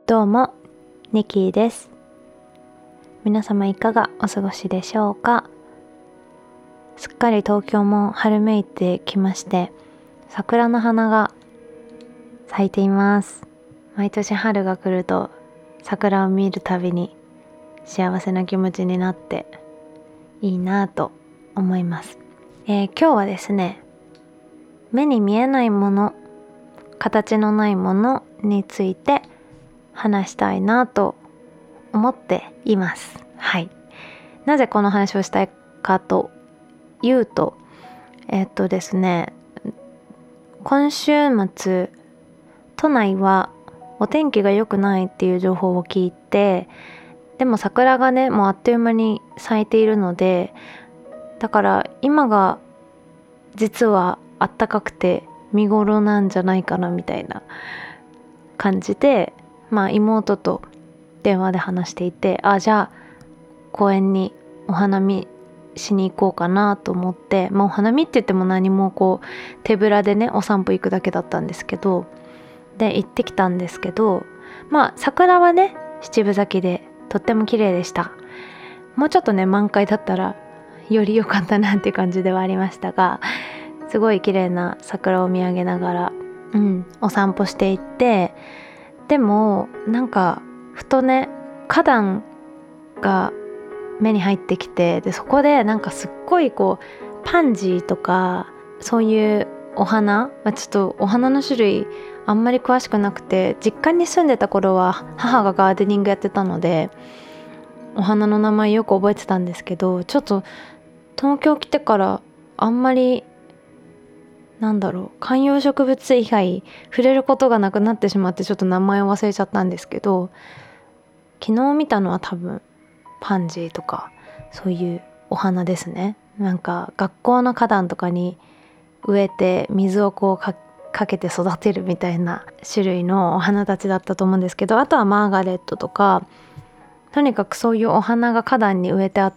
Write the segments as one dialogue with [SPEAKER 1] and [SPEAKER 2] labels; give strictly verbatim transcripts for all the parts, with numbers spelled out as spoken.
[SPEAKER 1] どうも、ニキーです。皆様いかがお過ごしでしょうか。すっかり東京も春めいてきまして、桜の花が咲いています。毎年春が来ると桜を見るたびに幸せな気持ちになっていいなぁと思います。えー、今日はですね、目に見えないもの、形のないものについて話したいなと思っています。はい。なぜこの話をしたいかというと、えっとですね、今週末都内はお天気が良くないっていう情報を聞いて、でも桜がねもうあっという間に咲いているので、だから今が実は暖かくて見頃なんじゃないかなみたいな感じで、まあ妹と電話で話していて、あじゃあ公園にお花見しに行こうかなと思って、まあお花見って言っても何もこう手ぶらでねお散歩行くだけだったんですけど、で行ってきたんですけど、まあ桜はね七分咲きでとっても綺麗でした。もうちょっとね満開だったらより良かったなっていう感じではありましたが、すごい綺麗な桜を見上げながら、うん、お散歩していって、でもなんかふとね花壇が目に入ってきて、でそこでなんかすっごいこうパンジーとかそういうお花、まあ、ちょっとお花の種類あんまり詳しくなくて、実家に住んでた頃は母がガーデニングやってたのでお花の名前よく覚えてたんですけど、ちょっと東京来てからあんまりなんだろう観葉植物以外触れることがなくなってしまって、ちょっと名前を忘れちゃったんですけど、昨日見たのは多分パンジーとかそういうお花ですね。なんか学校の花壇とかに植えて水をこう か, かけて育てるみたいな種類のお花たちだったと思うんですけど、あとはマーガレットとか、とにかくそういうお花が花壇に植えてあって、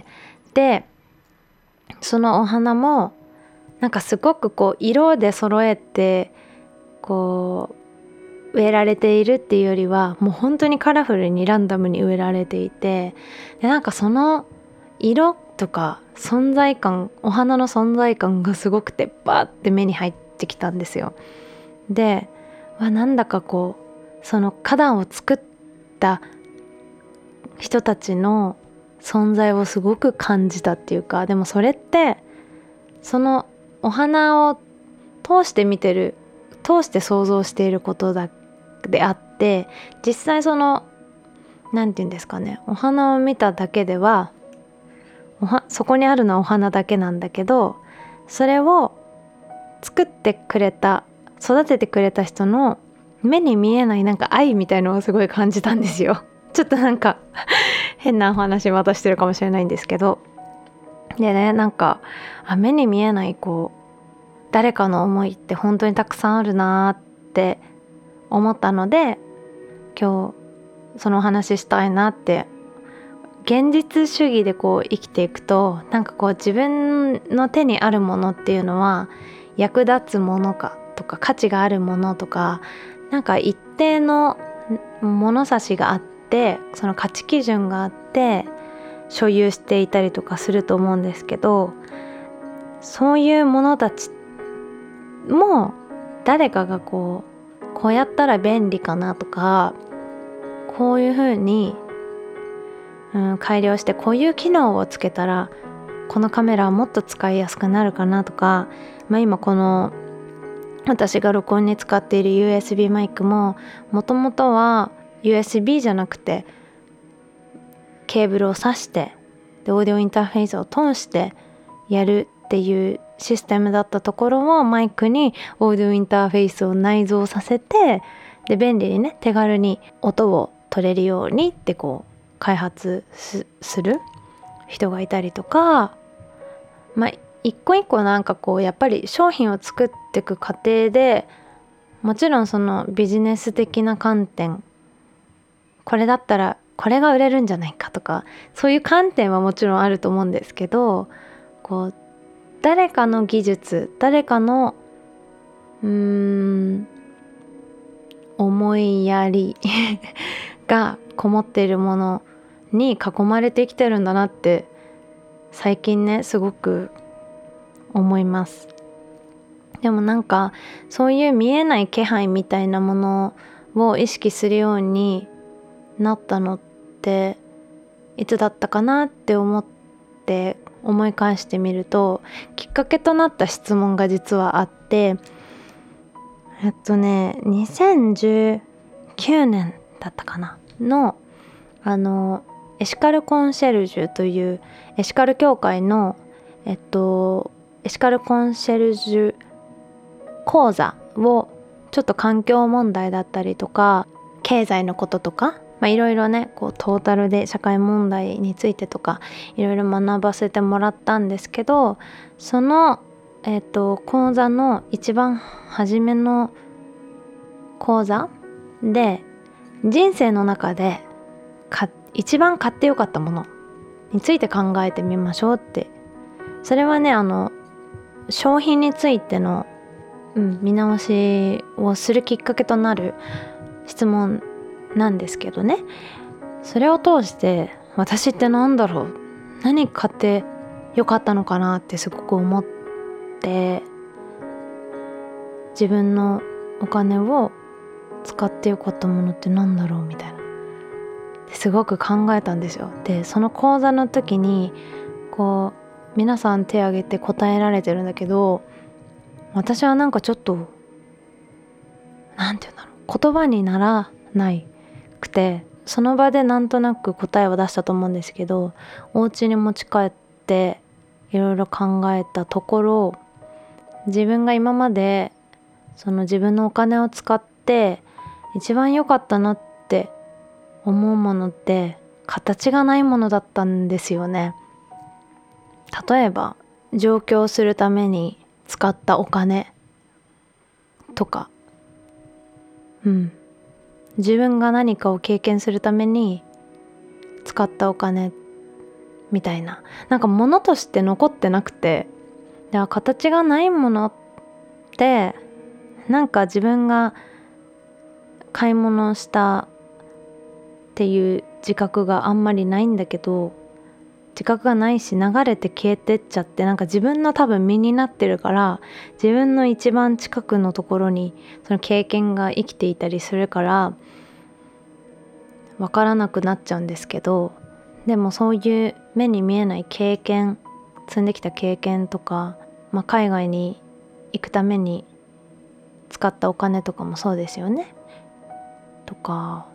[SPEAKER 1] でそのお花もなんかすごくこう色で揃えてこう植えられているっていうよりは、もう本当にカラフルにランダムに植えられていて、でなんかその色とか存在感、お花の存在感がすごくてバーって目に入ってきたんですよ。でわなんだかこうその花壇を作った人たちの存在をすごく感じたっていうか、でもそれってそのお花を通して見てる、通して想像していることだであって、実際そのなんていうんですかね、お花を見ただけではおはそこにあるのはお花だけなんだけど、それを作ってくれた育ててくれた人の目に見えないなんか愛みたいのをすごい感じたんですよ。ちょっとなんか変なお話またしてるかもしれないんですけど、でねなんかあ目に見えないこう誰かの思いって本当にたくさんあるなって思ったので、今日そのお話ししたいなって。現実主義でこう生きていくと、なんかこう自分の手にあるものっていうのは役立つものかとか価値があるものとか、なんか一定の物差しがあって、その価値基準があって所有していたりとかすると思うんですけど、そういうものたちも誰かがこうこうやったら便利かなとか、こういう風にうん、改良してこういう機能をつけたらこのカメラはもっと使いやすくなるかなとか、まあ、今この私が録音に使っている ユーエスビー マイクももともとは ユーエスビー じゃなくてケーブルを挿してでオーディオインターフェースを通してやるっていうシステムだったところを、マイクにオーディオインターフェースを内蔵させて、で便利にね手軽に音を取れるようにってこう開発 す, する人がいたりとか、まあ一個一個なんかこうやっぱり商品を作っていく過程で、もちろんそのビジネス的な観点、これだったらこれが売れるんじゃないかとか、そういう観点はもちろんあると思うんですけど、こう誰かの技術、誰かのうーん思思いやりがこもっているものに囲まれてきてるんだなって最近ねすごく思います。でもなんかそういう見えない気配みたいなものを意識するようになったのっていつだったかなって思って思い返してみると、きっかけとなった質問が実はあって、えっとねにせんじゅうきゅうねんだったかなのあのエシカルコンシェルジュというエシカル協会のえっとエシカルコンシェルジュ講座をちょっと環境問題だったりとか経済のこととか、まあ、いろいろねこうトータルで社会問題についてとかいろいろ学ばせてもらったんですけど、その、えーと、講座の一番初めの講座で人生の中でか一番買ってよかったものについて考えてみましょうって。それはねあの商品についてのうん、見直しをするきっかけとなる質問なんですけどね、それを通して私ってなんだろう、何買ってよかったのかなってすごく思って、自分のお金を使ってよかったものってなんだろうみたいなすごく考えたんですよ。でその講座の時にこう皆さん手挙げて答えられてるんだけど、私はなんかちょっとなんていうんだろう、言葉にならないくて、その場でなんとなく答えを出したと思うんですけど、お家に持ち帰っていろいろ考えたところ、自分が今までその自分のお金を使って一番良かったなって思うものって形がないものだったんですよね。例えば上京するために使ったお金とか、うん自分が何かを経験するために使ったお金みたいな、なんか物として残ってなくて、では形がないものってなんか自分が買い物したっていう自覚があんまりないんだけど、自覚がないし流れて消えてっちゃって、なんか自分の多分身になってるから、自分の一番近くのところにその経験が生きていたりするから分からなくなっちゃうんですけど、でもそういう目に見えない経験、積んできた経験とか、まあ、海外に行くために使ったお金とかもそうですよね。とか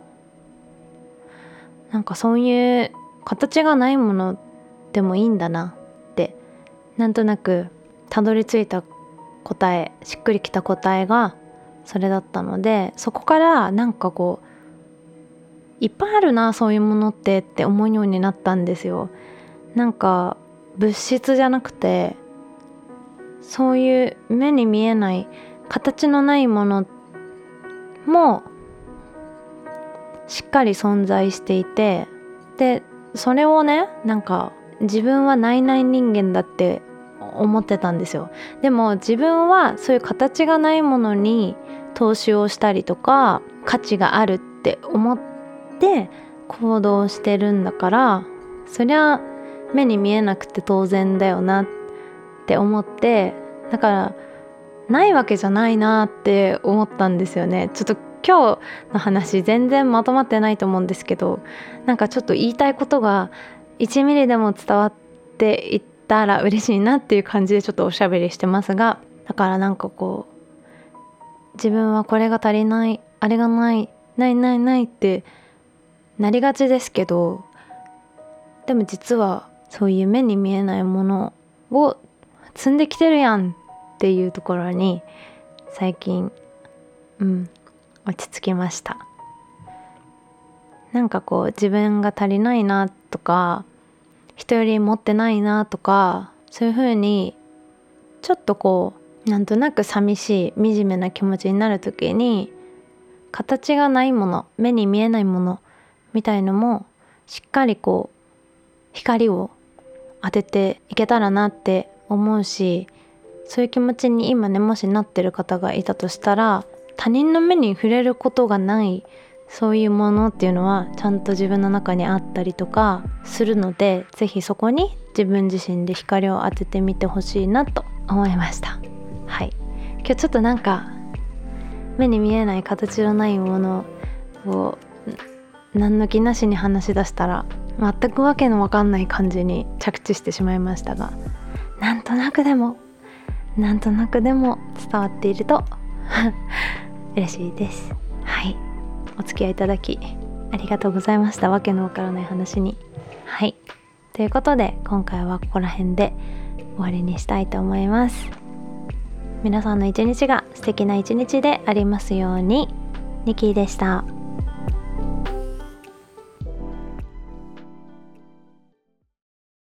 [SPEAKER 1] なんかそういう形がないものでもいいんだなってなんとなくたどり着いた答え、しっくりきた答えがそれだったので、そこからなんかこういっぱいあるなそういうものってって思うようになったんですよ。なんか物質じゃなくてそういう目に見えない形のないものもしっかり存在していて、でそれをねなんか自分はないない人間だって思ってたんですよ。でも自分はそういう形がないものに投資をしたりとか価値があるって思って行動してるんだから、そりゃ目に見えなくて当然だよなって思って、だからないわけじゃないなって思ったんですよね。ちょっと今日の話全然まとまってないと思うんですけど、なんかちょっと言いたいことがいちミリでも伝わっていったら嬉しいなっていう感じでちょっとおしゃべりしてますが、だからなんかこう自分はこれが足りない、あれがない、ないないないってなりがちですけど、でも実はそういう目に見えないものを積んできてるやんっていうところに最近うん落ち着きました。なんかこう自分が足りないなとか人より持ってないなとか、そういう風にちょっとこうなんとなく寂しい惨めな気持ちになる時に、形がないもの、目に見えないものみたいのもしっかりこう光を当てていけたらなって思うし、そういう気持ちに今ねもしなってる方がいたとしたら他人の目に触れることがないそういうものっていうのはちゃんと自分の中にあったりとかするので、ぜひそこに自分自身で光を当ててみてほしいなと思いました。はい、今日ちょっとなんか目に見えない形のないものを何の気なしに話し出したら全くわけのわかんない感じに着地してしまいましたが、なんとなくでもなんとなくでも伝わっていると嬉しいです。はい、お付き合いいただきありがとうございました。わけのわからない話に。はい、ということで今回はここら辺で終わりにしたいと思います。皆さんの一日が素敵な一日でありますように。ニキーでした。